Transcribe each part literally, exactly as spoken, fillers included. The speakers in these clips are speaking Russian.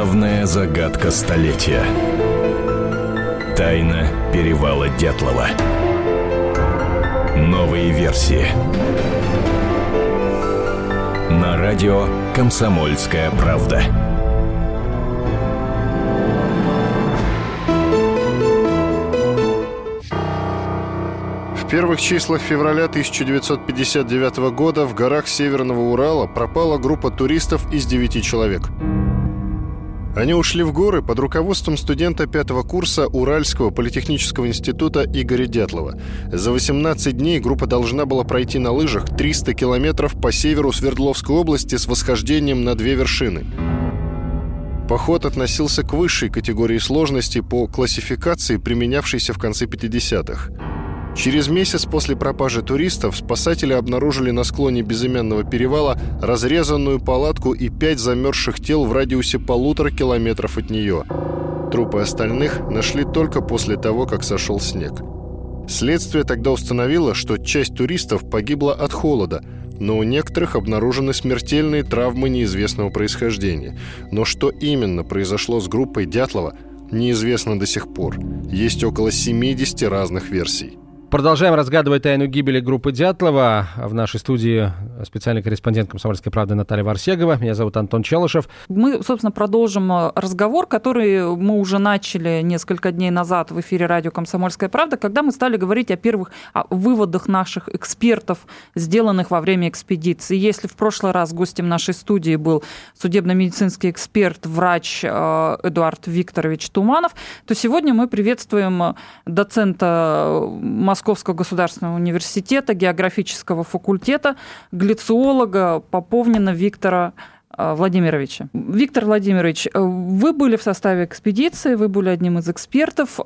Главная загадка столетия. Тайна перевала Дятлова. Новые версии. На радио «Комсомольская правда». В первых числах февраля тысяча девятьсот пятьдесят девятого года в горах Северного Урала пропала группа туристов из девяти человек. Они ушли в горы под руководством студента пятого курса Уральского политехнического института Игоря Дятлова. За восемнадцать дней группа должна была пройти на лыжах триста километров по северу Свердловской области с восхождением на две вершины. Поход относился к высшей категории сложности по классификации, применявшейся в конце пятидесятых. Через месяц после пропажи туристов спасатели обнаружили на склоне безымянного перевала разрезанную палатку и пять замерзших тел в радиусе полутора километров от нее. Трупы остальных нашли только после того, как сошел снег. Следствие тогда установило, что часть туристов погибла от холода, но у некоторых обнаружены смертельные травмы неизвестного происхождения. Но что именно произошло с группой Дятлова, неизвестно до сих пор. Есть около семидесяти разных версий. Продолжаем разгадывать тайну гибели группы Дятлова. В нашей студии специальный корреспондент «Комсомольской правды» Наталья Варсегова. Меня зовут Антон Челышев. Мы, собственно, продолжим разговор, который мы уже начали несколько дней назад в эфире радио «Комсомольская правда», когда мы стали говорить о первых о выводах наших экспертов, сделанных во время экспедиции. Если в прошлый раз гостем нашей студии был судебно-медицинский эксперт, врач Эдуард Викторович Туманов, то сегодня мы приветствуем доцента Московского Московского государственного университета, географического факультета, глициолога Поповнина Виктора Владимировича. Виктор Владимирович, вы были в составе экспедиции, вы были одним из экспертов.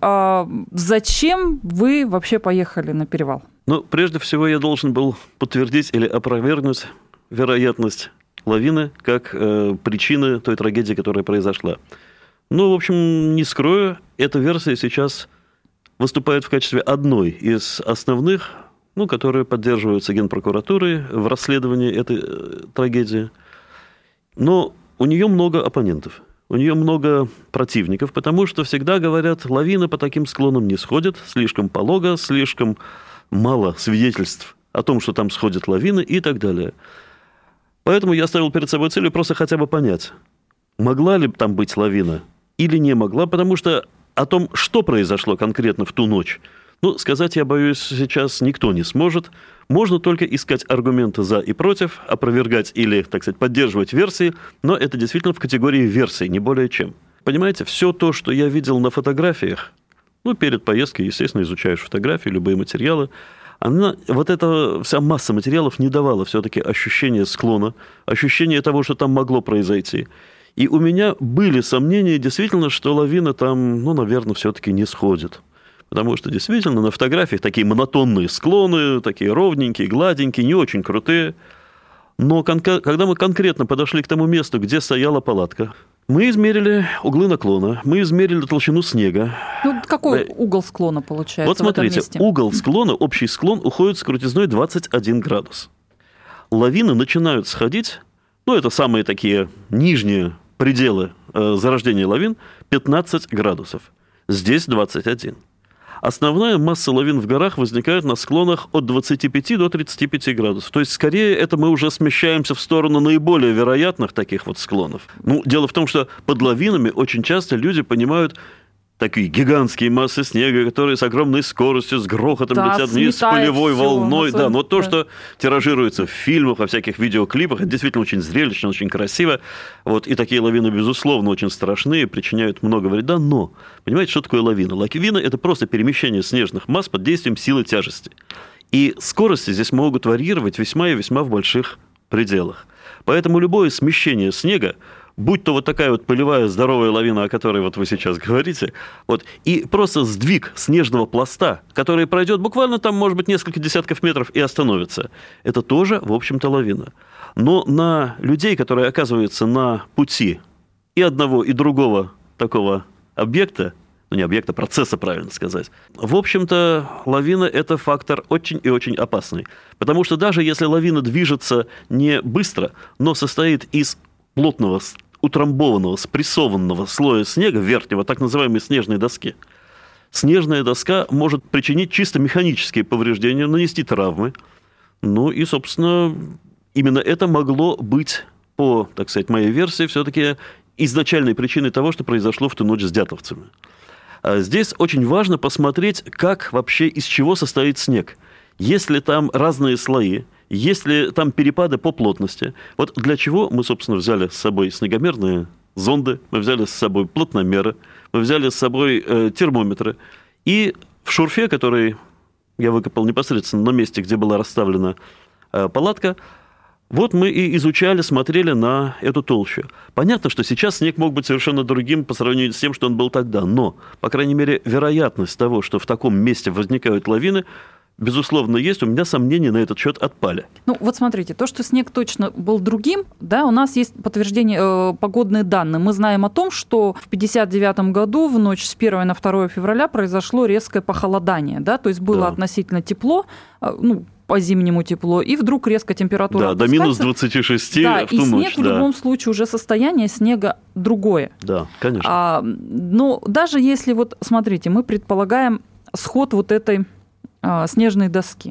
Зачем вы вообще поехали на перевал? Ну, прежде всего, я должен был подтвердить или опровергнуть вероятность лавины как э, причины той трагедии, которая произошла. Ну, в общем, не скрою, эта версия сейчас выступает в качестве одной из основных, ну, которые поддерживаются Генпрокуратурой в расследовании этой э, трагедии. Но у нее много оппонентов, у нее много противников, потому что всегда говорят, лавина по таким склонам не сходит, слишком полого, слишком мало свидетельств о том, что там сходит лавина и так далее. Поэтому я ставил перед собой целью просто хотя бы понять, могла ли там быть лавина или не могла, потому что о том, что произошло конкретно в ту ночь, ну, сказать, я боюсь, сейчас никто не сможет. Можно только искать аргументы за и против, опровергать или, так сказать, поддерживать версии, но это действительно в категории версий, не более чем. Понимаете, все то, что я видел на фотографиях, ну, перед поездкой, естественно, изучаешь фотографии, любые материалы, она, вот эта вся масса материалов не давала все-таки ощущения склона, ощущения того, что там могло произойти. И у меня были сомнения, действительно, что лавина там, ну, наверное, все-таки не сходит. Потому что, действительно, на фотографиях такие монотонные склоны, такие ровненькие, гладенькие, не очень крутые. Но кон- когда мы конкретно подошли к тому месту, где стояла палатка, мы измерили углы наклона, мы измерили толщину снега. Ну, какой угол склона получается? Вот смотрите, угол склона, общий склон уходит с крутизной двадцать один градус. Лавины начинают сходить, ну, это самые такие нижние пределы э, зарождения лавин, пятнадцать градусов. Здесь двадцать один. Основная масса лавин в горах возникает на склонах от двадцати пяти до тридцати пяти градусов. То есть, скорее, это мы уже смещаемся в сторону наиболее вероятных таких вот склонов. Ну, дело в том, что под лавинами очень часто люди понимают такие гигантские массы снега, которые с огромной скоростью, с грохотом да, летят вниз, с пылевой волной. Да, но то, да. что тиражируется в фильмах, во всяких видеоклипах, это действительно очень зрелищно, очень красиво. Вот, и такие лавины, безусловно, очень страшные, причиняют много вреда. Но, понимаете, что такое лавина? Лавина – это просто перемещение снежных масс под действием силы тяжести. И скорости здесь могут варьировать весьма и весьма в больших пределах. Поэтому любое смещение снега, будь то вот такая вот пылевая здоровая лавина, о которой вот вы сейчас говорите, вот, и просто сдвиг снежного пласта, который пройдет буквально там, может быть, несколько десятков метров и остановится, это тоже, в общем-то, лавина. Но на людей, которые оказываются на пути и одного, и другого такого объекта, ну не объекта, процесса, правильно сказать, в общем-то, лавина – это фактор очень и очень опасный. Потому что даже если лавина движется не быстро, но состоит из плотного утрамбованного, спрессованного слоя снега верхнего, так называемой снежной доски, снежная доска может причинить чисто механические повреждения, нанести травмы. Ну и, собственно, именно это могло быть, по, так сказать, моей версии, все-таки изначальной причиной того, что произошло в ту ночь с дятловцами. Здесь очень важно посмотреть, как вообще, из чего состоит снег. Есть ли там разные слои, есть ли там перепады по плотности. Вот для чего мы, собственно, взяли с собой снегомерные зонды, мы взяли с собой плотномеры, мы взяли с собой э, термометры. И в шурфе, который я выкопал непосредственно на месте, где была расставлена э, палатка, вот мы и изучали, смотрели на эту толщу. Понятно, что сейчас снег мог быть совершенно другим по сравнению с тем, что он был тогда. Но, по крайней мере, вероятность того, что в таком месте возникают лавины, безусловно, есть. У меня сомнения на этот счет отпали. Ну, вот смотрите, то, что снег точно был другим, да, у нас есть подтверждение, э, погодные данные. Мы знаем о том, что в пятьдесят девятом году в ночь с первого на второе февраля произошло резкое похолодание, да, то есть было Да. относительно тепло, э, ну, по-зимнему тепло, и вдруг резко температура Да, до минус двадцати шести да, в ту и снег ночь. в Да. любом случае уже состояние снега другое. Да, конечно. А, но даже если, вот смотрите, мы предполагаем сход вот этой а, снежной доски.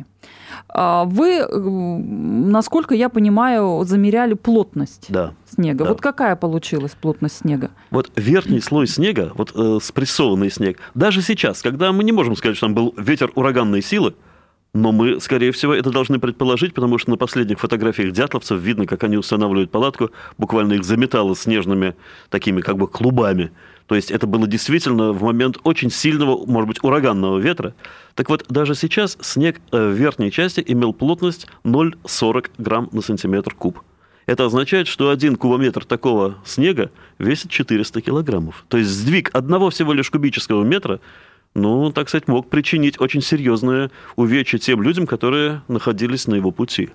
А, вы, насколько я понимаю, замеряли плотность Да. снега. Да. Вот какая получилась плотность снега? Вот верхний слой снега, вот э, спрессованный снег, даже сейчас, когда мы не можем сказать, что там был ветер ураганной силы, но мы, скорее всего, это должны предположить, потому что на последних фотографиях дятловцев видно, как они устанавливают палатку, буквально их заметало снежными такими как бы клубами. То есть это было действительно в момент очень сильного, может быть, ураганного ветра. Так вот, даже сейчас снег в верхней части имел плотность ноль целых сорок грамм на сантиметр куб. Это означает, что один кубометр такого снега весит четыреста килограммов. То есть сдвиг одного всего лишь кубического метра, ну, так сказать, мог причинить очень серьезное увечье тем людям, которые находились на его пути.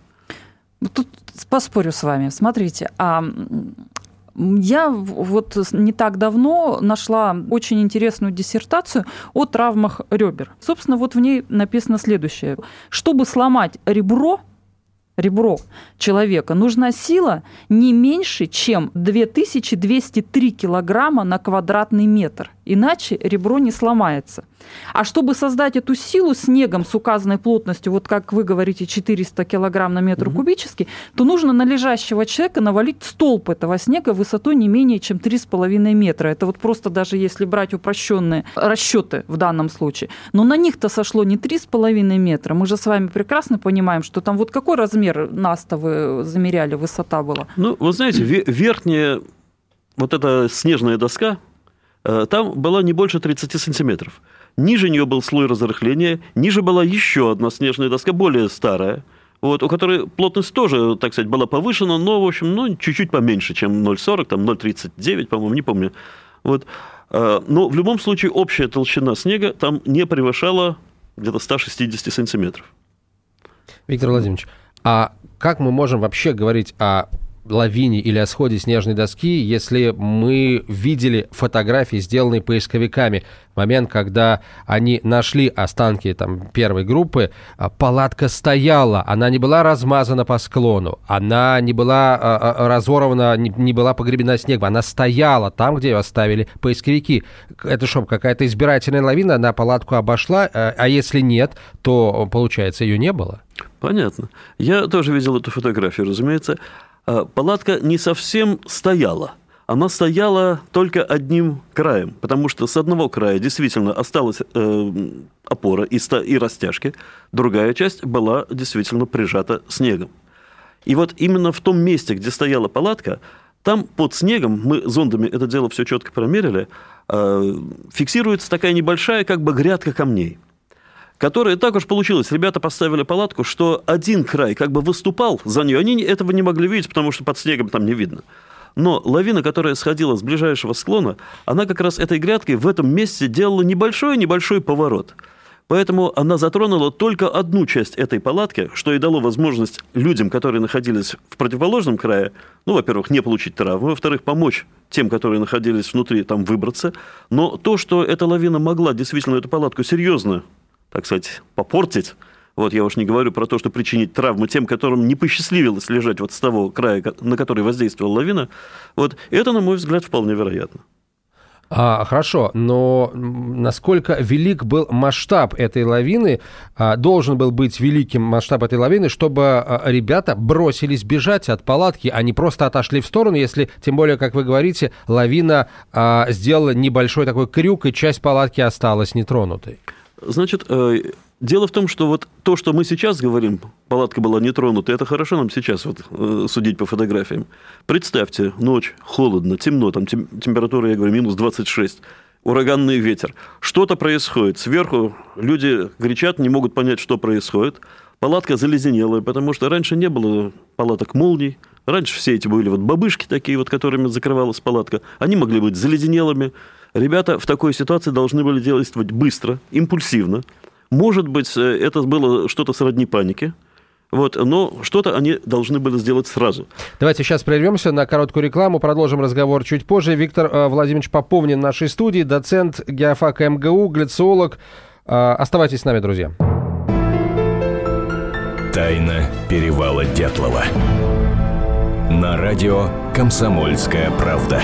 Тут поспорю с вами. Смотрите, а я вот не так давно нашла очень интересную диссертацию о травмах ребер. Собственно, вот в ней написано следующее. Чтобы сломать ребро, ребро человека, нужна сила не меньше, чем две тысячи двести три килограмма на квадратный метр. Иначе ребро не сломается. А чтобы создать эту силу снегом с указанной плотностью, вот как вы говорите, четыреста килограмм на метр угу. кубический, то нужно на лежащего человека навалить столб этого снега высотой не менее чем три с половиной метра. Это вот просто даже если брать упрощенные расчеты в данном случае. Но на них-то сошло не три с половиной метра. Мы же с вами прекрасно понимаем, что там вот какой размер нас-то вы замеряли, высота была? Ну, вы знаете, верхняя вот эта снежная доска, там была не больше тридцати сантиметров. Ниже нее был слой разрыхления, ниже была еще одна снежная доска, более старая, вот, у которой плотность тоже, так сказать, была повышена, но, в общем, ну, чуть-чуть поменьше, чем ноль целых сорок, там ноль целых тридцать девять, по-моему, не помню. Вот. Но в любом случае общая толщина снега там не превышала где-то ста шестидесяти сантиметров. Виктор Владимирович, а как мы можем вообще говорить о лавине или о сходе снежной доски, если мы видели фотографии, сделанные поисковиками, в момент, когда они нашли останки там, первой группы, палатка стояла, она не была размазана по склону, она не была а, разорвана, не, не была погребена снегом, она стояла там, где ее оставили поисковики. Это что, какая-то избирательная лавина, она палатку обошла, а, а если нет, то, получается, ее не было? Понятно. Я тоже видел эту фотографию, разумеется. Палатка не совсем стояла. Она стояла только одним краем, потому что с одного края действительно осталась э, опора и, ста- и растяжки, другая часть была действительно прижата снегом. И вот именно в том месте, где стояла палатка, там под снегом, мы зондами это дело все четко промерили, э, фиксируется такая небольшая как бы грядка камней, которая так уж получилось. Ребята поставили палатку, что один край как бы выступал за нее. Они этого не могли видеть, потому что под снегом там не видно. Но лавина, которая сходила с ближайшего склона, она как раз этой грядкой в этом месте делала небольшой-небольшой поворот. Поэтому она затронула только одну часть этой палатки, что и дало возможность людям, которые находились в противоположном крае, ну, во-первых, не получить травмы, во-вторых, помочь тем, которые находились внутри, там выбраться. Но то, что эта лавина могла действительно эту палатку серьезно, так сказать, попортить, Вот я уж не говорю про то, что причинить травмы тем, которым не посчастливилось лежать вот с того края, на который воздействовала лавина. Вот это, на мой взгляд, вполне вероятно. А, хорошо, но насколько велик был масштаб этой лавины, а, должен был быть великим масштаб этой лавины, чтобы а, ребята бросились бежать от палатки, а не просто отошли в сторону, если, тем более, как вы говорите, лавина а, сделала небольшой такой крюк, и часть палатки осталась нетронутой. Значит, э, дело в том, что вот то, что мы сейчас говорим, палатка была не тронута, это хорошо нам сейчас вот, э, судить по фотографиям. Представьте, ночь, холодно, темно, там тем, температура, я говорю, минус двадцать шесть, ураганный ветер. Что-то происходит. Сверху люди кричат, не могут понять, что происходит. Палатка заледенелая, потому что раньше не было палаток молний. Раньше все эти были вот бабышки такие, вот, которыми закрывалась палатка. Они могли быть заледенелыми. Ребята в такой ситуации должны были действовать быстро, импульсивно. Может быть, это было что-то сродни панике, вот, но что-то они должны были сделать сразу. Давайте сейчас прервемся на короткую рекламу, продолжим разговор чуть позже. Виктор э, Владимирович Поповнин в нашей студии, доцент геофака эм гэ у, гляциолог. Э, оставайтесь с нами, друзья. Тайна перевала Дятлова. На радио «Комсомольская правда».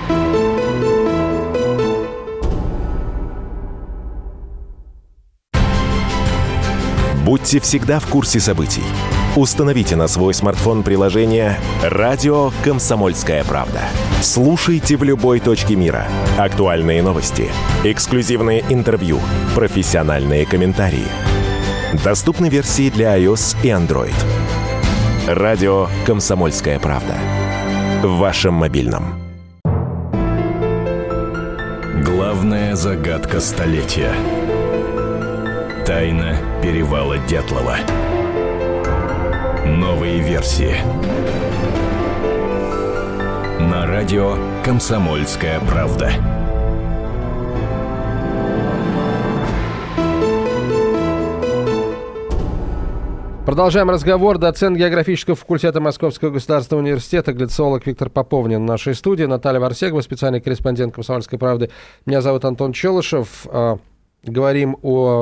Будьте всегда в курсе событий. Установите на свой смартфон приложение «Радио Комсомольская правда». Слушайте в любой точке мира. Актуальные новости, эксклюзивные интервью, профессиональные комментарии. Доступны версии для iOS и Android. «Радио Комсомольская правда». В вашем мобильном. Главная загадка столетия. Тайна перевала Дятлова. Новые версии. На радио «Комсомольская правда». Продолжаем разговор. Доцент географического факультета Московского государственного университета, гляциолог Виктор Поповнин в нашей студии. Наталья Варсегова, специальный корреспондент «Комсомольской правды». Меня зовут Антон Челышев. Говорим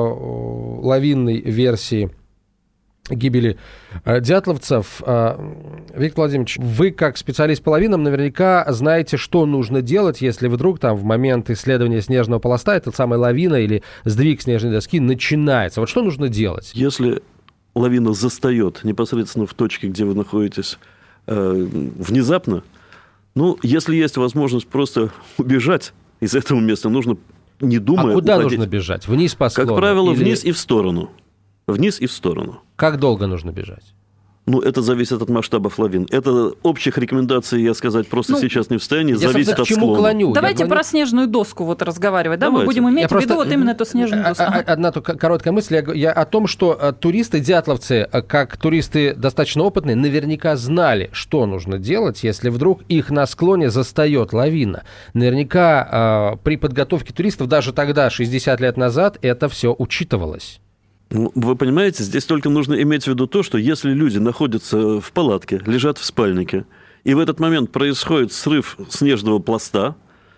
о лавинной версии гибели дятловцев. Виктор Владимирович, вы, как специалист по лавинам, наверняка знаете, что нужно делать, если вдруг там в момент исследования снежного полоста эта самая лавина или сдвиг снежной доски начинается. Вот что нужно делать? Если лавина застает непосредственно в точке, где вы находитесь, э, внезапно, ну, если есть возможность просто убежать из этого места, нужно, не думая, А куда уходить. нужно бежать? Вниз по склону? Как правило, или... вниз и в сторону. Вниз и в сторону. Как долго нужно бежать? Ну, это зависит от масштабов лавин. Это общих рекомендаций я сказать просто ну, сейчас не в состоянии. Я, зависит от к чему склона. клоню? Давайте клоню... про снежную доску вот разговаривать. Да? Мы Давайте. будем иметь Я в виду просто... вот именно эту снежную доску. Ага. Одна только короткая мысль. Я, я о том, что а, туристы, дятловцы, а, как туристы достаточно опытные, наверняка знали, что нужно делать, если вдруг их на склоне застает лавина. Наверняка а, при подготовке туристов, даже тогда, шестьдесят лет назад, это все учитывалось. Вы понимаете, здесь только нужно иметь в виду то, что если люди находятся в палатке, лежат в спальнике, и в этот момент происходит срыв снежного пласта,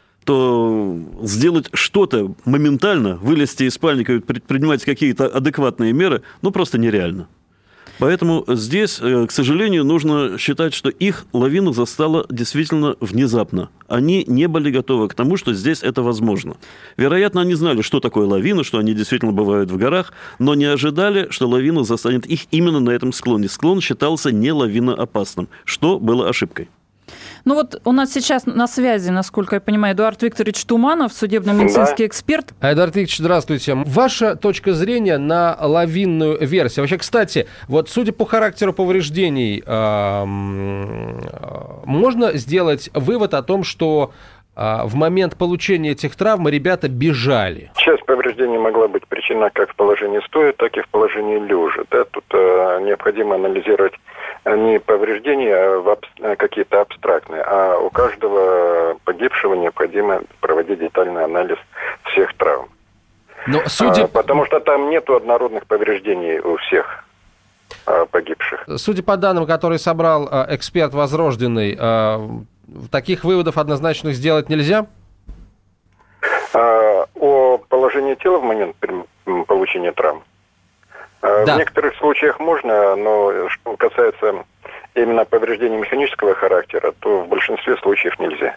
то сделать что-то моментально, вылезти из спальника и предпринимать какие-то адекватные меры, ну, просто нереально. Поэтому здесь, к сожалению, нужно считать, что их лавина застала действительно внезапно. Они не были готовы к тому, что здесь это возможно. Вероятно, они знали, что такое лавина, что они действительно бывают в горах, но не ожидали, что лавина застанет их именно на этом склоне. Склон считался не лавиноопасным, что было ошибкой. Ну вот у нас сейчас на связи, насколько я понимаю, Эдуард Викторович Туманов, судебно-медицинский да. эксперт. Эдуард Викторович, здравствуйте. Ваша точка зрения на лавинную версию. Вообще, кстати, вот судя по характеру повреждений, можно сделать вывод о том, что в момент получения этих травм ребята бежали? Часть повреждений могла быть причина как в положении стоя, так и в положении лежа. Да? Тут э, необходимо анализировать не повреждения, а в аб- какие-то абстрактные. А у каждого погибшего необходимо проводить детальный анализ всех травм. Но судя... а, потому что там нету однородных повреждений у всех а, погибших. Судя по данным, которые собрал а, эксперт Возрожденный, а, таких выводов однозначных сделать нельзя? А, о положении тела в момент получения травм Да. В некоторых случаях можно, но что касается именно повреждений механического характера, то в большинстве случаев нельзя.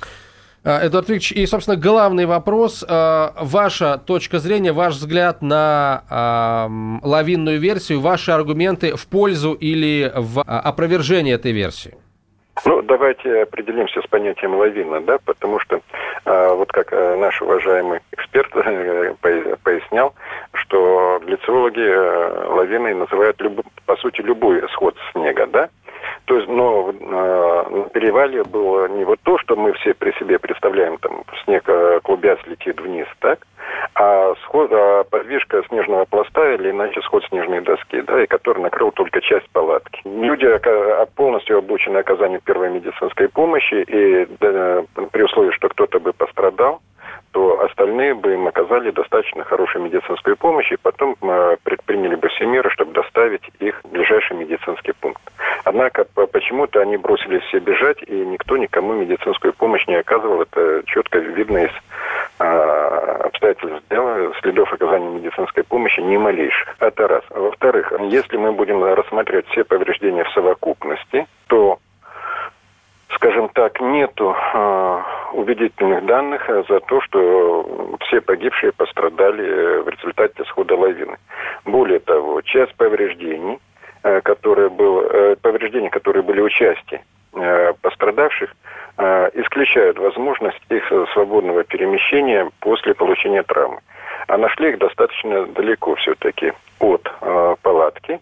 Эдуард Викторович, и, собственно, главный вопрос. Ваша точка зрения, ваш взгляд на э, лавинную версию, ваши аргументы в пользу или в опровержение этой версии? Ну, давайте определимся с понятием лавина, да, потому что, э, вот как э, наш уважаемый эксперт э, пояснял, что гляциологи э, лавиной называют, люб, по сути, любой сход снега, да. То есть, но э, на перевале было не вот то, что мы все при себе представляем, там снег э, клубясь летит вниз, так, а сход, а подвижка снежного пласта или иначе сход снежной доски, да, и который накрыл только часть палатки. Люди полностью обучены оказанию первой медицинской помощи, и да, при условии, что кто-то бы пострадал, то остальные бы им оказали достаточно хорошую медицинскую помощь, и потом э, предприняли бы все меры, чтобы доставить их в ближайший медицинский пункт. Однако почему-то они бросились все бежать, и никто никому медицинскую помощь не оказывал. Это четко видно из э, обстоятельств дела, следов оказания медицинской помощи ни малейших. Это раз. Во-вторых, если мы будем рассматривать все повреждения в совокупности, то, скажем так, нету э, убедительных данных за то, что все погибшие пострадали в результате схода лавины. Более того, часть повреждений, э, которые был, э, повреждений, которые были у части э, пострадавших, э, исключают возможность их свободного перемещения после получения травмы. А нашли их достаточно далеко все-таки от э, палатки.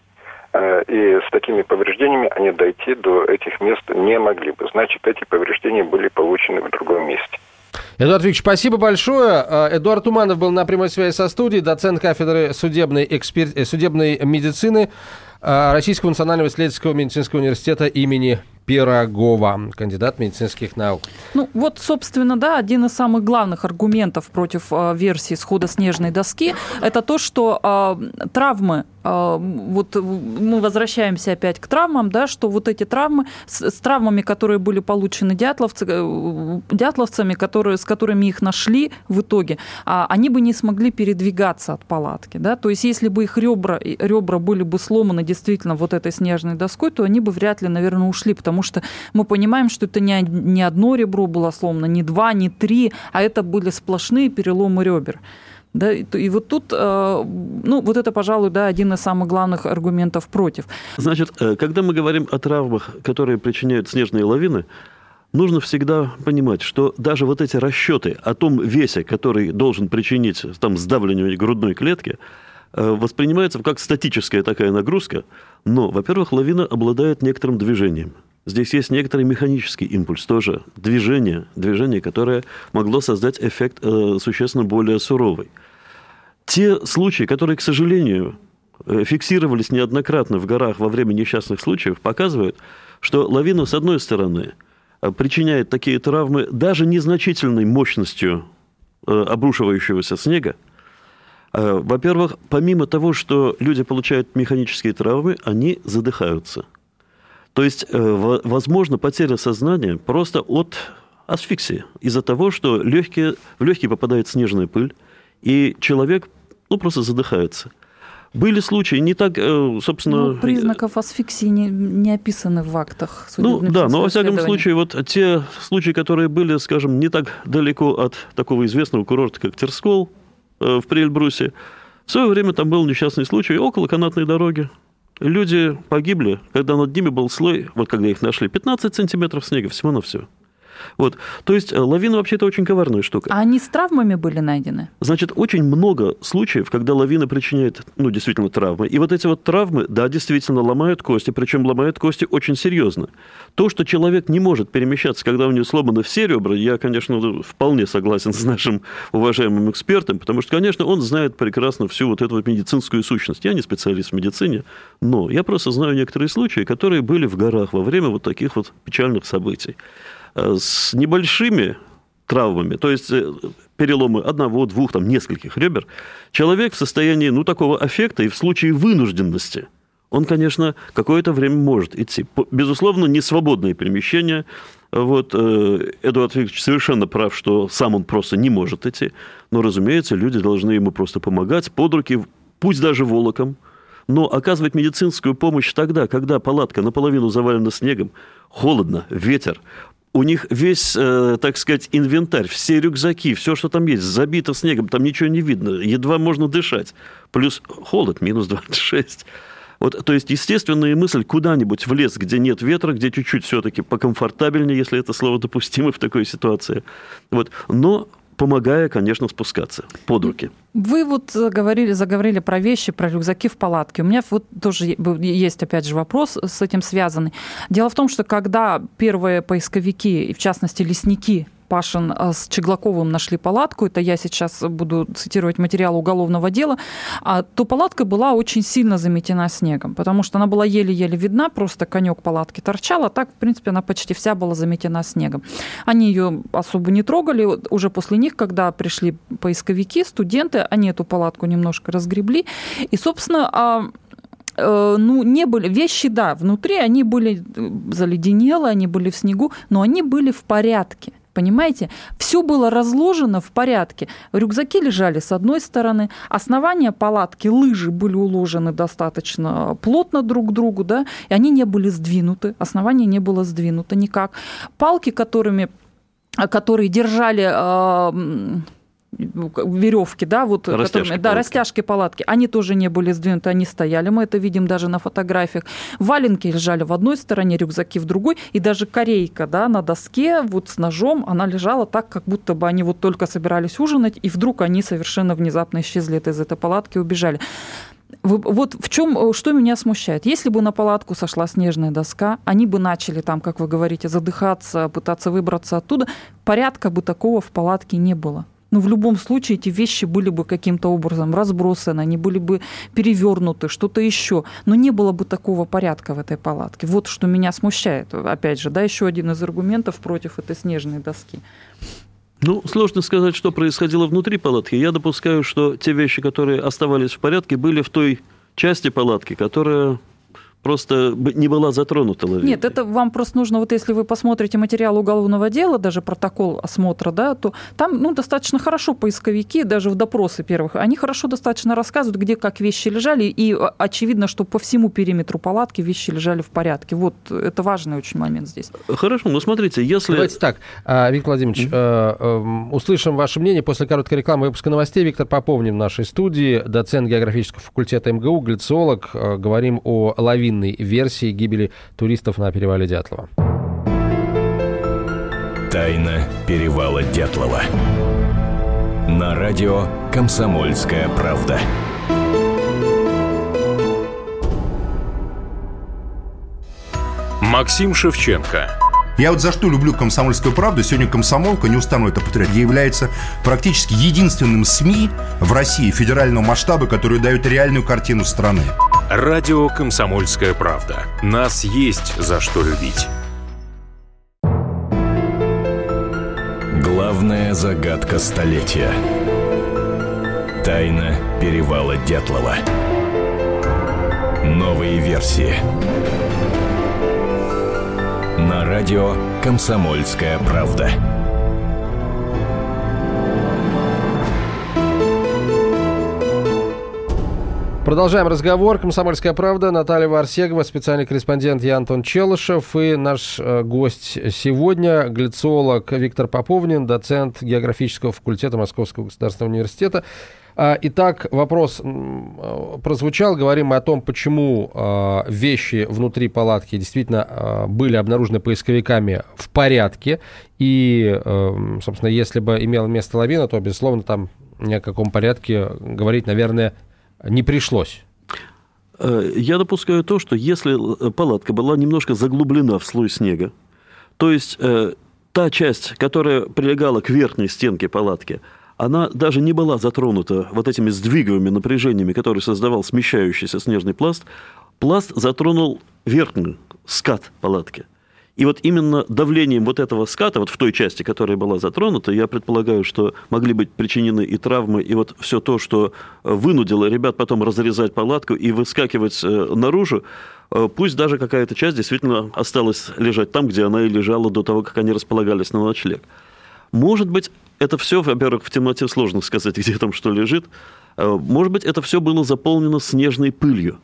И с такими повреждениями они дойти до этих мест не могли бы. Значит, эти повреждения были получены в другом месте. Эдуард Викторович, спасибо большое. Эдуард Туманов был на прямой связи со студией, доцент кафедры судебной, экспер... судебной медицины Российского национального исследовательского медицинского университета имени Пирогова, кандидат медицинских наук. Ну, вот, собственно, да, один из самых главных аргументов против э, версии схода снежной доски – это то, что э, травмы, э, вот мы возвращаемся опять к травмам, да, что вот эти травмы, с, с травмами, которые были получены дятловцы, э, дятловцами, которые, с которыми их нашли в итоге, э, они бы не смогли передвигаться от палатки, да, то есть если бы их ребра, ребра были бы сломаны действительно вот этой снежной доской, то они бы вряд ли, наверное, ушли, потому что мы понимаем, что это не, не одно ребро было сломано, не два, не три, а это были сплошные переломы ребер. Да, и, и вот тут, э, ну, вот это, пожалуй, да, один из самых главных аргументов против. Значит, когда мы говорим о травмах, которые причиняют снежные лавины, нужно всегда понимать, что даже вот эти расчеты о том весе, который должен причинить там, сдавливание грудной клетки, воспринимаются как статическая такая нагрузка, но, во-первых, лавина обладает некоторым движением. Здесь есть некоторый механический импульс тоже, движение, движение, которое могло создать эффект э, существенно более суровый. Те случаи, которые, к сожалению, фиксировались неоднократно в горах во время несчастных случаев, показывают, что лавина, с одной стороны, причиняет такие травмы даже незначительной мощностью э, обрушивающегося снега. Э, во-первых, помимо того, что люди получают механические травмы, они задыхаются. То есть, возможно, потеря сознания просто от асфиксии, из-за того, что легкие, в легкие попадает снежная пыль, и человек ну, просто задыхается. Были случаи, не так, собственно... Ну, признаков асфиксии не, не описаны в актах судебных. Ну, да, но во всяком случае, вот те случаи, которые были, скажем, не так далеко от такого известного курорта, как Терскол в Приэльбрусе, в свое время там был несчастный случай около канатной дороги. Люди погибли, когда над ними был слой, вот когда их нашли, пятнадцать сантиметров снега, всего-навсего. Вот. То есть лавина вообще-то очень коварная штука. А они с травмами были найдены? Значит, очень много случаев, когда лавина причиняет, ну, действительно, травмы. И вот эти вот травмы, да, действительно ломают кости, причем ломают кости очень серьезно. То, что человек не может перемещаться, когда у него сломаны все ребра, я, конечно, вполне согласен с нашим уважаемым экспертом, потому что, конечно, он знает прекрасно всю вот эту вот медицинскую сущность. Я не специалист в медицине, но я просто знаю некоторые случаи, которые были в горах во время вот таких вот печальных событий. С небольшими травмами, то есть переломы одного, двух, там, нескольких ребер, человек в состоянии, ну, такого аффекта и в случае вынужденности, он, конечно, какое-то время может идти. Безусловно, не свободное перемещение. Вот, Эдуард Викторович совершенно прав, что сам он просто не может идти, но, разумеется, люди должны ему просто помогать под руки, пусть даже волоком. Но оказывать медицинскую помощь тогда, когда палатка наполовину завалена снегом, холодно, ветер, у них весь, э, так сказать, инвентарь, все рюкзаки, все, что там есть, забито снегом, там ничего не видно, едва можно дышать. Плюс холод, минус двадцать шесть. Вот, то есть, естественная мысль куда-нибудь в лес, где нет ветра, где чуть-чуть все-таки покомфортабельнее, если это слово допустимо в такой ситуации. Вот. Но помогая, конечно, спускаться под руки. Вы вот говорили, заговорили про вещи, про рюкзаки в палатке. У меня вот тоже есть, опять же, вопрос с этим связанный. Дело в том, что когда первые поисковики, и в частности лесники, Пашин с Чеглаковым нашли палатку, это я сейчас буду цитировать материал уголовного дела, то палатка была очень сильно заметена снегом, потому что она была еле-еле видна, просто конек палатки торчал, а так, в принципе, она почти вся была заметена снегом. Они ее особо не трогали, уже после них, когда пришли поисковики, студенты, они эту палатку немножко разгребли, и, собственно, ну, не были, вещи, да, внутри они были заледенелые, они были в снегу, но они были в порядке. Понимаете? Все было разложено в порядке. Рюкзаки лежали с одной стороны, основания палатки, лыжи были уложены достаточно плотно друг к другу, да, и они не были сдвинуты, основание не было сдвинуто никак. Палки, которыми, которые держали... Э, веревки, да, вот, которыми, да, растяжки палатки, они тоже не были сдвинуты, они стояли, мы это видим даже на фотографиях. Валенки лежали в одной стороне, рюкзаки в другой, и даже корейка, да, на доске вот с ножом, она лежала так, как будто бы они вот только собирались ужинать, и вдруг они совершенно внезапно исчезли из этой палатки и убежали. Вот в чем, что меня смущает. Если бы на палатку сошла снежная доска, они бы начали там, как вы говорите, задыхаться, пытаться выбраться оттуда, порядка бы такого в палатке не было. Но в любом случае эти вещи были бы каким-то образом разбросаны, они были бы перевернуты, что-то еще. Но не было бы такого порядка в этой палатке. Вот что меня смущает. Опять же, да, еще один из аргументов против этой снежной доски. Ну, сложно сказать, что происходило внутри палатки. Я допускаю, что те вещи, которые оставались в порядке, были в той части палатки, которая... просто не была затронута лавиной. Нет, это вам просто нужно, вот если вы посмотрите материал уголовного дела, даже протокол осмотра, да, то там ну, достаточно хорошо поисковики, даже в допросы первых, они хорошо достаточно рассказывают, где как вещи лежали, и очевидно, что по всему периметру палатки вещи лежали в порядке. Вот это важный очень момент здесь. Хорошо, ну смотрите, если... Давайте так, Виктор Владимирович, mm-hmm. услышим ваше мнение после короткой рекламы выпуска новостей. Виктор Поповнин в нашей студии, доцент географического факультета эм гэ у, гляциолог. Говорим о лавинах версии гибели туристов на перевале Дятлова. Тайна перевала Дятлова. На радио «Комсомольская правда». Максим Шевченко. Я вот за что люблю «Комсомольскую правду». Сегодня «Комсомолка», не устану это повторять, является практически единственным СМИ в России федерального масштаба, который дает реальную картину страны. Радио «Комсомольская правда». Нас есть за что любить. Главная загадка столетия. Тайна перевала Дятлова. Новые версии. На радио «Комсомольская правда». Продолжаем разговор. «Комсомольская правда». Наталья Варсегова, специальный корреспондент, я Антон Челышев. И наш гость сегодня, гляциолог Виктор Поповнин, доцент географического факультета Московского государственного университета. Итак, вопрос прозвучал. Говорим мы о том, почему вещи внутри палатки действительно были обнаружены поисковиками в порядке. И, собственно, если бы имела место лавина, то, безусловно, там ни о каком порядке говорить, наверное, не пришлось. Я допускаю то, что если палатка была немножко заглублена в слой снега, то есть та часть, которая прилегала к верхней стенке палатки, она даже не была затронута вот этими сдвиговыми напряжениями, которые создавал смещающийся снежный пласт, пласт затронул верхний скат палатки. И вот именно давлением вот этого ската, вот в той части, которая была затронута, я предполагаю, что могли быть причинены и травмы, и вот все то, что вынудило ребят потом разрезать палатку и выскакивать наружу, пусть даже какая-то часть действительно осталась лежать там, где она и лежала до того, как они располагались на ночлег. Может быть, это все, во-первых, в темноте сложно сказать, где там что лежит. Может быть, это все было заполнено снежной пылью.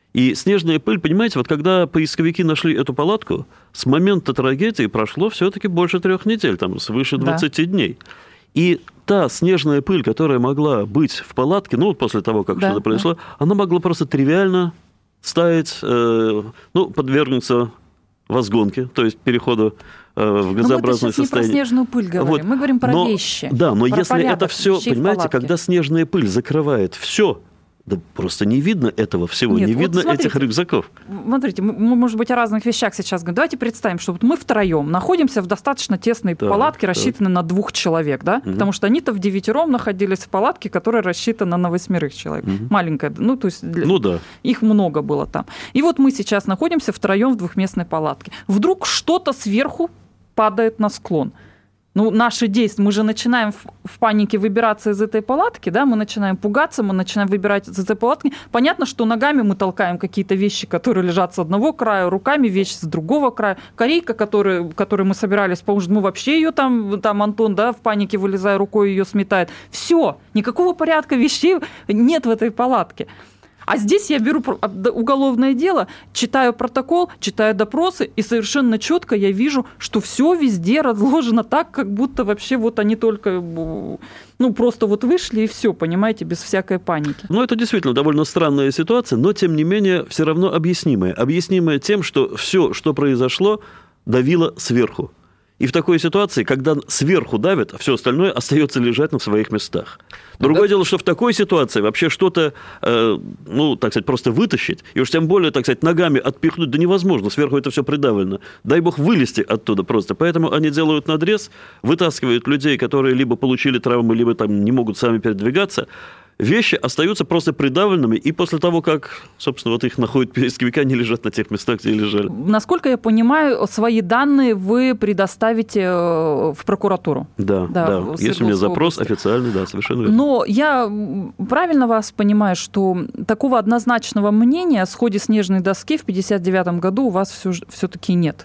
И снежная пыль, понимаете, вот когда поисковики нашли эту палатку, с момента трагедии прошло все-таки больше трех недель, там свыше двадцати да. дней. И та снежная пыль, которая могла быть в палатке, ну, вот после того, как да, что-то произошло, да. она могла просто тривиально стаять, э, ну, подвергнуться возгонке, то есть переходу э, в газообразное состояние. Мы сейчас не про снежную пыль говорим, вот. мы говорим про но, вещи. Да, но про если это все, понимаете, когда снежная пыль закрывает все, да просто не видно этого всего, Нет, не вот видно смотрите, этих рюкзаков. Смотрите, мы, может быть, о разных вещах сейчас говорим. Давайте представим, что вот мы втроем находимся в достаточно тесной да, палатке, рассчитанной да. на двух человек, да? Угу. Потому что они-то в девятером находились в палатке, которая рассчитана на восьмерых человек. Угу. Маленькая, ну, то есть для... ну, да. их много было там. И вот мы сейчас находимся втроем в двухместной палатке. Вдруг что-то сверху падает на склон. Ну, наши действия, мы же начинаем в, в панике выбираться из этой палатки, да, мы начинаем пугаться, мы начинаем выбирать из этой палатки. Понятно, что ногами мы толкаем какие-то вещи, которые лежат с одного края, руками вещи с другого края. Корейка, которую, которую мы собирались поужинать, мы вообще ее там, там Антон, да, в панике вылезая рукой ее сметает. Все, никакого порядка вещей нет в этой палатке. А здесь я беру уголовное дело, читаю протокол, читаю допросы, и совершенно четко я вижу, что все везде разложено так, как будто вообще вот они только, ну, просто вот вышли и все, понимаете, без всякой паники. Ну, это действительно довольно странная ситуация, но, тем не менее, все равно объяснимая. Объяснимая тем, что все, что произошло, давило сверху. И в такой ситуации, когда сверху давят, все остальное остается лежать на своих местах. Другое да. дело, что в такой ситуации вообще что-то, э, ну, так сказать, просто вытащить, и уж тем более, так сказать, ногами отпихнуть, да невозможно, сверху это все придавлено. Дай бог вылезти оттуда просто. Поэтому они делают надрез, вытаскивают людей, которые либо получили травмы, либо там не могут сами передвигаться. Вещи остаются просто придавленными, и после того, как, собственно, вот их находят поисковики, они лежат на тех местах, где и лежали. Насколько я понимаю, свои данные вы предоставите в прокуратуру. Да, да. да. Есть у меня запрос области. Официальный, да, совершенно верно. Но я правильно вас понимаю, что такого однозначного мнения о сходе снежной доски в пятьдесят девятом году у вас все-таки нет?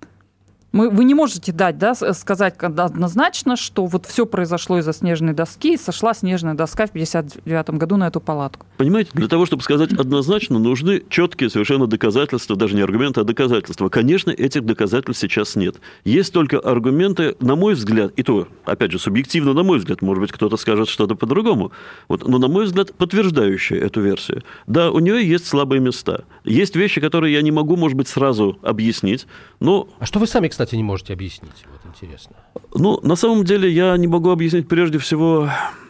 Мы, вы не можете дать, да, сказать однозначно, что вот все произошло из-за снежной доски, и сошла снежная доска в пятьдесят девятом году на эту палатку. Понимаете, для того, чтобы сказать однозначно, нужны четкие совершенно доказательства, даже не аргументы, а доказательства. Конечно, этих доказательств сейчас нет. Есть только аргументы, на мой взгляд, и то, опять же, субъективно, на мой взгляд, может быть, кто-то скажет что-то по-другому, вот, но, на мой взгляд, подтверждающие эту версию. Да, у нее есть слабые места. Есть вещи, которые я не могу, может быть, сразу объяснить, но... А что вы сами, кстати, Кстати, не можете объяснить, вот интересно. Ну, на самом деле, я не могу объяснить прежде всего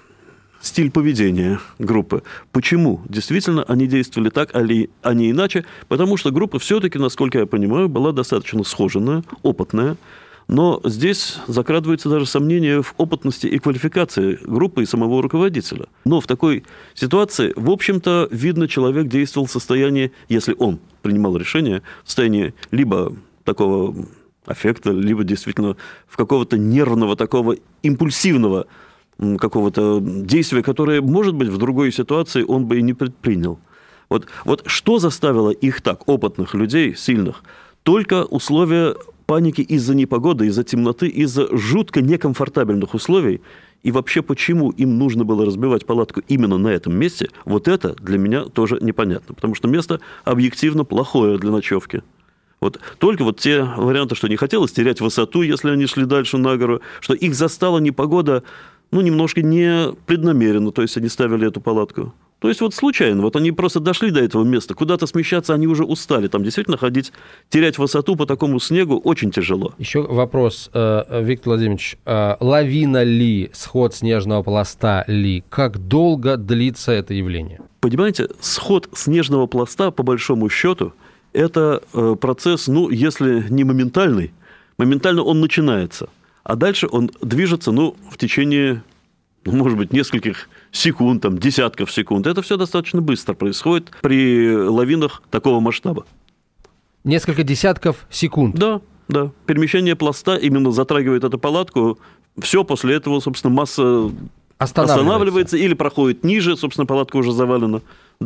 стиль поведения группы. Почему действительно они действовали так, а не иначе? Потому что группа все-таки, насколько я понимаю, была достаточно схоженная, опытная. Но здесь закрадывается даже сомнение в опытности и квалификации группы и самого руководителя. Но в такой ситуации, в общем-то, видно, человек действовал в состоянии, если он принимал решение, в состоянии либо такого... аффекта, либо действительно в какого-то нервного, такого импульсивного какого-то действия, которое, может быть, в другой ситуации он бы и не предпринял. Вот, вот что заставило их так, опытных людей, сильных? Только условия паники из-за непогоды, из-за темноты, из-за жутко некомфортабельных условий. И вообще, почему им нужно было разбивать палатку именно на этом месте, вот это для меня тоже непонятно. Потому что место объективно плохое для ночевки. Вот только вот те варианты, что не хотелось терять высоту, если они шли дальше на гору, что их застала непогода, ну, немножко непреднамеренно, то есть они ставили эту палатку. То есть вот случайно, вот они просто дошли до этого места, куда-то смещаться они уже устали, там действительно ходить, терять высоту по такому снегу очень тяжело. Еще вопрос, Виктор Владимирович, лавина ли, сход снежного пласта ли, как долго длится это явление? Понимаете, сход снежного пласта, по большому счету, это процесс, ну, если не моментальный, моментально он начинается, а дальше он движется, ну, в течение, ну, может быть, нескольких секунд, там, десятков секунд. Это все достаточно быстро происходит при лавинах такого масштаба. Несколько десятков секунд? Да, да. Перемещение пласта именно затрагивает эту палатку. Все после этого, собственно, масса останавливается, останавливается или проходит ниже, собственно, палатка уже завалена. Да.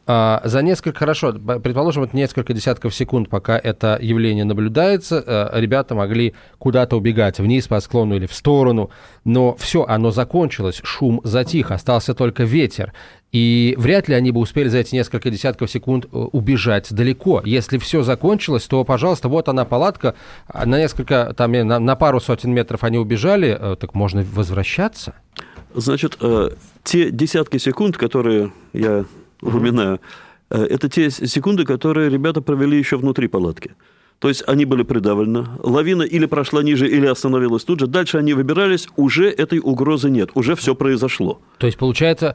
А, за несколько, хорошо, предположим, это несколько десятков секунд, пока это явление наблюдается, а, ребята могли куда-то убегать, вниз по склону или в сторону, но все, оно закончилось, шум затих, остался только ветер. И вряд ли они бы успели за эти несколько десятков секунд убежать далеко. Если все закончилось, то, пожалуйста, вот она палатка, на несколько, там, на, на пару сотен метров они убежали, так можно возвращаться? Значит, те десятки секунд, которые я упоминаю, это те секунды, которые ребята провели еще внутри палатки. То есть они были придавлены, лавина или прошла ниже, или остановилась тут же. Дальше они выбирались, уже этой угрозы нет, уже все произошло. То есть, получается,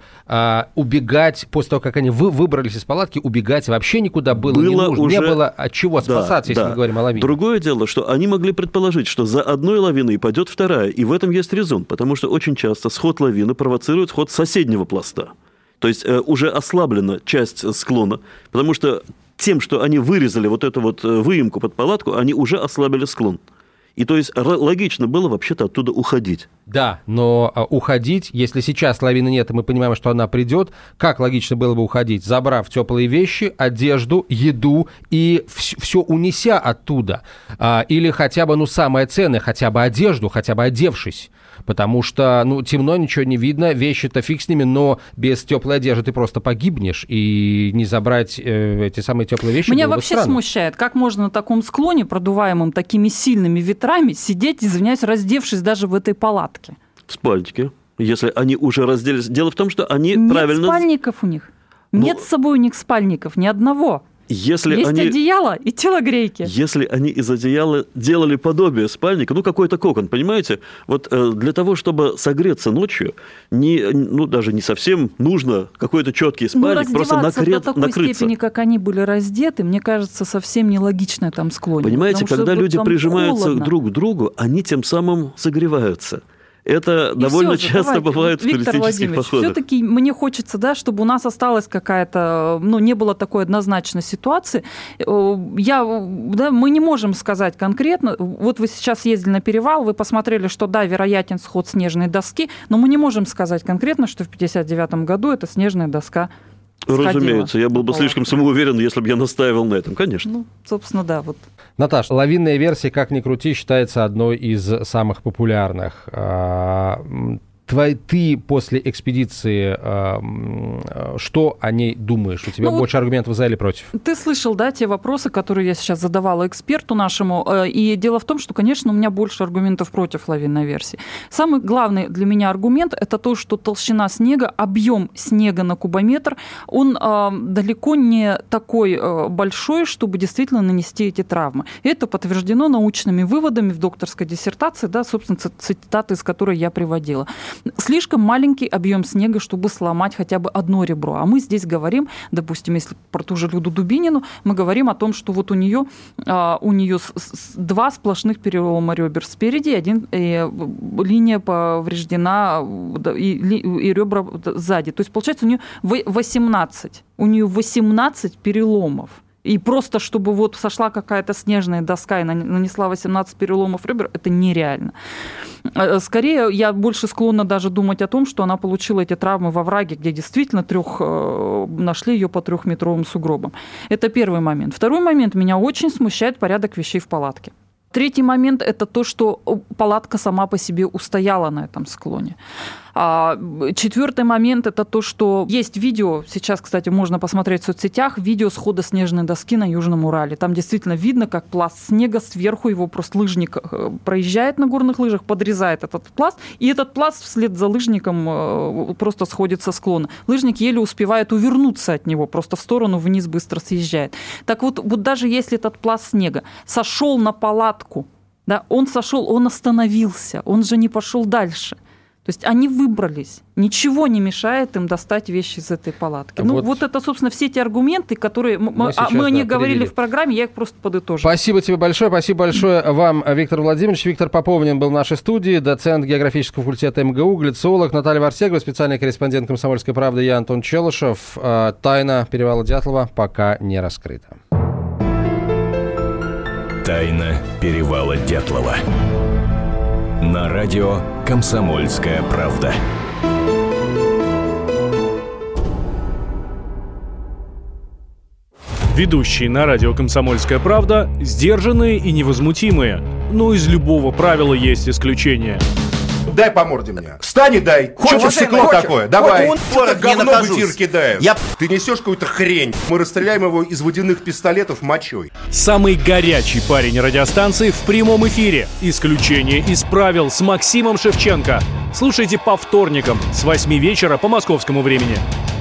убегать, после того, как они выбрались из палатки, убегать вообще никуда было, было не нужно. Уже... Не было от чего спасаться, да, если да. мы говорим о лавине. Другое дело, что они могли предположить, что за одной лавиной пойдет вторая, и в этом есть резон, потому что очень часто сход лавины провоцирует сход соседнего пласта. То есть уже ослаблена часть склона, потому что тем, что они вырезали вот эту вот выемку под палатку, они уже ослабили склон. И то есть логично было вообще-то оттуда уходить. Да, но уходить, если сейчас лавины нет, и мы понимаем, что она придет, как логично было бы уходить? Забрав теплые вещи, одежду, еду и все унеся оттуда. Или хотя бы, ну, самое ценное, хотя бы одежду, хотя бы одевшись. Потому что, ну, темно, ничего не видно, вещи-то фиг с ними, но без теплой одежды ты просто погибнешь, и не забрать э, эти самые теплые вещи Меня было бы вообще странно. Смущает, как можно на таком склоне, продуваемом такими сильными ветрами, сидеть, извиняюсь, раздевшись даже в этой палатке. В спальнике, если они уже разделись. Дело в том, что они Нет правильно... Нет спальников у них. Но... Нет с собой у них спальников, ни одного. Если Есть они, одеяло и телогрейки. Если они из одеяла делали подобие спальника, ну, какой-то кокон, понимаете? Вот э, для того, чтобы согреться ночью, не, ну, даже не совсем нужно какой-то четкий спальник, ну, просто накрет, до такой накрыться. степени, как они были раздеты, мне кажется, совсем нелогично там склоне. Понимаете, когда люди прижимаются холодно. друг к другу, они тем самым согреваются. Это и довольно же, часто давайте, бывает в туристических походах. Все-таки мне хочется, да, чтобы у нас осталась какая-то, ну, не было такой однозначной ситуации. Я, да, мы не можем сказать конкретно. Вот вы сейчас ездили на перевал, вы посмотрели, что да, вероятен сход снежной доски, но мы не можем сказать конкретно, что в пятьдесят девятом году эта снежная доска сходила. Разумеется, я был бы слишком самоуверен, если бы я настаивал на этом, конечно. Ну, собственно, да, вот. Наташ, лавинная версия, как ни крути, считается одной из самых популярных. Твой, ты после экспедиции, э, что о ней думаешь? У тебя ну, больше аргументов за или против? Ты слышал, да, те вопросы, которые я сейчас задавала эксперту нашему. И дело в том, что, конечно, у меня больше аргументов против лавинной версии. Самый главный для меня аргумент – это то, что толщина снега, объем снега на кубометр, он э, далеко не такой э, большой, чтобы действительно нанести эти травмы. И это подтверждено научными выводами в докторской диссертации, да, собственно, цитаты, из которой я приводила. Слишком маленький объем снега, чтобы сломать хотя бы одно ребро. А мы здесь говорим, допустим, если про ту же Люду Дубинину, мы говорим о том, что вот у нее, у нее два сплошных перелома ребер спереди, один, и линия повреждена, и, и ребра сзади. То есть, получается, у нее восемнадцать, у нее восемнадцать переломов. И просто, чтобы вот сошла какая-то снежная доска и нанесла восемнадцать переломов ребер, это нереально. Скорее, я больше склонна даже думать о том, что она получила эти травмы во враге, где действительно трех, нашли ее по трехметровым сугробам. Это первый момент. Второй момент. Меня очень смущает порядок вещей в палатке. Третий момент – это то, что палатка сама по себе устояла на этом склоне. А четвертый момент – это то, что есть видео, сейчас, кстати, можно посмотреть в соцсетях, видео схода снежной доски на Южном Урале. Там действительно видно, как пласт снега сверху, его просто лыжник проезжает на горных лыжах, подрезает этот пласт, и этот пласт вслед за лыжником просто сходит со склона. Лыжник еле успевает увернуться от него, просто в сторону вниз быстро съезжает. Так вот, вот даже если этот пласт снега сошел на палатку, да, он сошел, он остановился, он же не пошел дальше. То есть они выбрались. Ничего не мешает им достать вещи из этой палатки. Вот. Ну, вот это, собственно, все эти аргументы, которые мы, мы, сейчас, мы о них да, говорили привели в программе, я их просто подытожу. Спасибо тебе большое. Спасибо большое вам, Виктор Владимирович. Виктор Поповнин был в нашей студии, доцент географического факультета эм гэ у, глициолог. Наталья Варсегова, специальный корреспондент «Комсомольской правды». Я Антон Челышев. Тайна перевала Дятлова пока не раскрыта. Тайна перевала Дятлова. На радио «Комсомольская правда». Ведущие на радио «Комсомольская правда» сдержанные и невозмутимые. Но из любого правила есть исключение. Дай по морде мне. Встань и дай. Хочешь, Что стекло хочешь? такое? Давай. Хочешь? Что ты говно в накажусь. эфир кидаешь? Я... Ты несешь какую-то хрень. Мы расстреляем его из водяных пистолетов мочой. Самый горячий парень радиостанции в прямом эфире. Исключение из правил с Максимом Шевченко. Слушайте по вторникам с восьми вечера по московскому времени.